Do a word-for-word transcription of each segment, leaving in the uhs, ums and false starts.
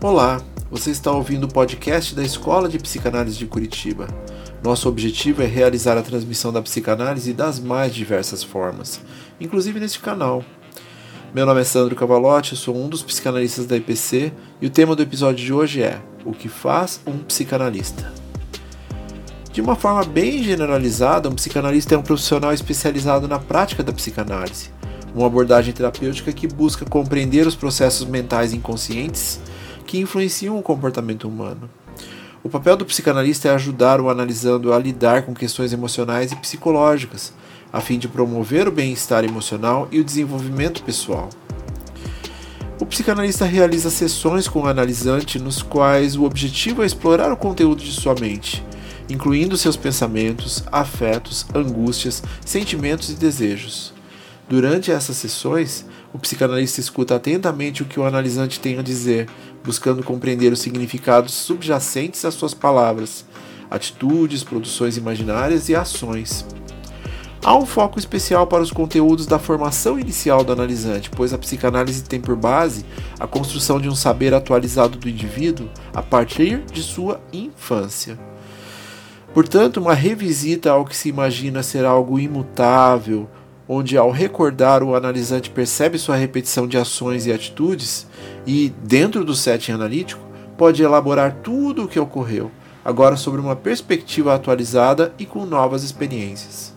Olá, você está ouvindo o podcast da Escola de Psicanálise de Curitiba. Nosso objetivo é realizar a transmissão da psicanálise das mais diversas formas, inclusive neste canal. Meu nome é Sandro Cavalotti, sou um dos psicanalistas da I P C e o tema do episódio de hoje é O que faz um psicanalista? De uma forma bem generalizada, um psicanalista é um profissional especializado na prática da psicanálise, uma abordagem terapêutica que busca compreender os processos mentais inconscientes que influenciam o comportamento humano. O papel do psicanalista é ajudar o analisando a lidar com questões emocionais e psicológicas, a fim de promover o bem-estar emocional e o desenvolvimento pessoal. O psicanalista realiza sessões com o analisante nos quais o objetivo é explorar o conteúdo de sua mente, incluindo seus pensamentos, afetos, angústias, sentimentos e desejos. Durante essas sessões, o psicanalista escuta atentamente o que o analisante tem a dizer, buscando compreender os significados subjacentes às suas palavras, atitudes, produções imaginárias e ações. Há um foco especial para os conteúdos da formação inicial do analisante, pois a psicanálise tem por base a construção de um saber atualizado do indivíduo a partir de sua infância. Portanto, uma revisita ao que se imagina ser algo imutável, onde ao recordar o analisante percebe sua repetição de ações e atitudes e, dentro do setting analítico, pode elaborar tudo o que ocorreu, agora sobre uma perspectiva atualizada e com novas experiências.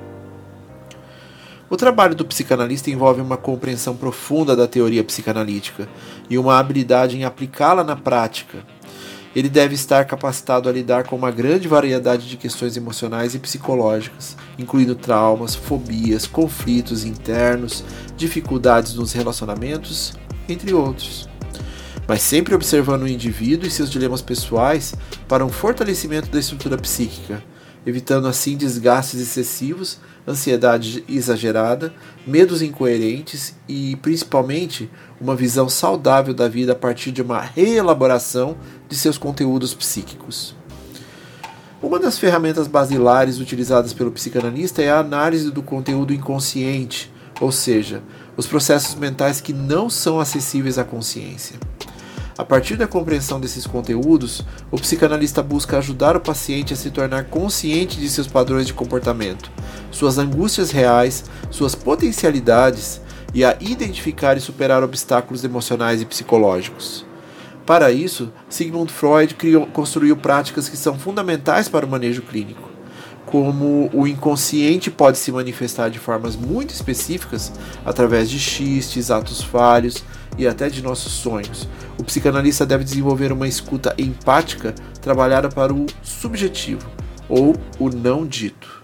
O trabalho do psicanalista envolve uma compreensão profunda da teoria psicanalítica e uma habilidade em aplicá-la na prática. Ele deve estar capacitado a lidar com uma grande variedade de questões emocionais e psicológicas, incluindo traumas, fobias, conflitos internos, dificuldades nos relacionamentos, entre outros. Mas sempre observando o indivíduo e seus dilemas pessoais para um fortalecimento da estrutura psíquica, evitando assim desgastes excessivos, ansiedade exagerada, medos incoerentes e, principalmente, uma visão saudável da vida a partir de uma reelaboração de seus conteúdos psíquicos. Uma das ferramentas basilares utilizadas pelo psicanalista é a análise do conteúdo inconsciente, ou seja, os processos mentais que não são acessíveis à consciência. A partir da compreensão desses conteúdos, o psicanalista busca ajudar o paciente a se tornar consciente de seus padrões de comportamento, suas angústias reais, suas potencialidades e a identificar e superar obstáculos emocionais e psicológicos. Para isso, Sigmund Freud criou, construiu práticas que são fundamentais para o manejo clínico, como o inconsciente pode se manifestar de formas muito específicas através de xistes, atos falhos e até de nossos sonhos. O psicanalista deve desenvolver uma escuta empática trabalhada para o subjetivo, ou o não dito.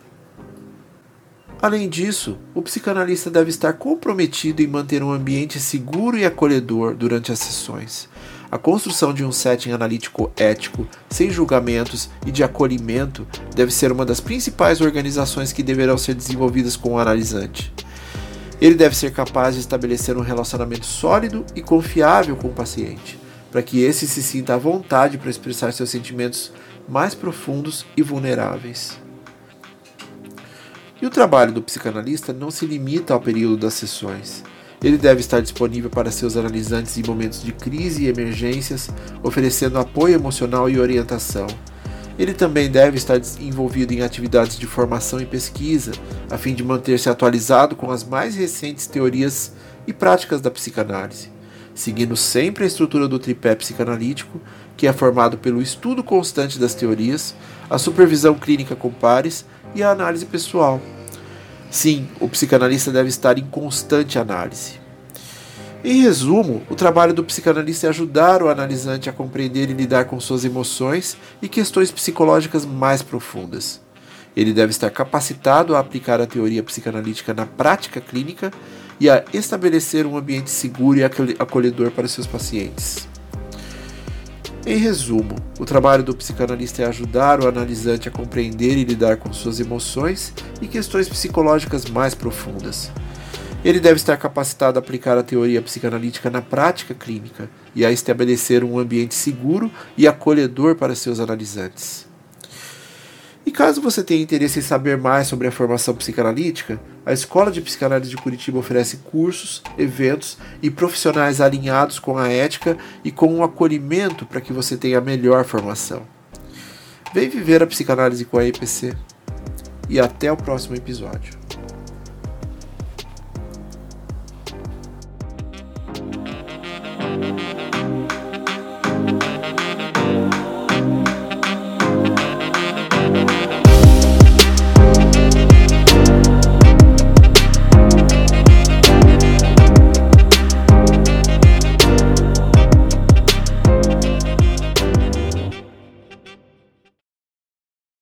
Além disso, o psicanalista deve estar comprometido em manter um ambiente seguro e acolhedor durante as sessões. A construção de um setting analítico ético, sem julgamentos e de acolhimento deve ser uma das principais organizações que deverão ser desenvolvidas com o analisante. Ele deve ser capaz de estabelecer um relacionamento sólido e confiável com o paciente, para que esse se sinta à vontade para expressar seus sentimentos mais profundos e vulneráveis. E o trabalho do psicanalista não se limita ao período das sessões. Ele deve estar disponível para seus analisantes em momentos de crise e emergências, oferecendo apoio emocional e orientação. Ele também deve estar envolvido em atividades de formação e pesquisa, a fim de manter-se atualizado com as mais recentes teorias e práticas da psicanálise, seguindo sempre a estrutura do tripé psicanalítico, que é formado pelo estudo constante das teorias, a supervisão clínica com pares e a análise pessoal. Sim, o psicanalista deve estar em constante análise. Em resumo, o trabalho do psicanalista é ajudar o analisante a compreender e lidar com suas emoções e questões psicológicas mais profundas. Ele deve estar capacitado a aplicar a teoria psicanalítica na prática clínica e a estabelecer um ambiente seguro e acolhedor para seus pacientes. Em resumo, o trabalho do psicanalista é ajudar o analisante a compreender e lidar com suas emoções e questões psicológicas mais profundas. Ele deve estar capacitado a aplicar a teoria psicanalítica na prática clínica e a estabelecer um ambiente seguro e acolhedor para seus analisantes. E caso você tenha interesse em saber mais sobre a formação psicanalítica, a Escola de Psicanálise de Curitiba oferece cursos, eventos e profissionais alinhados com a ética e com um acolhimento para que você tenha a melhor formação. Vem viver a psicanálise com a E P C. E até o próximo episódio.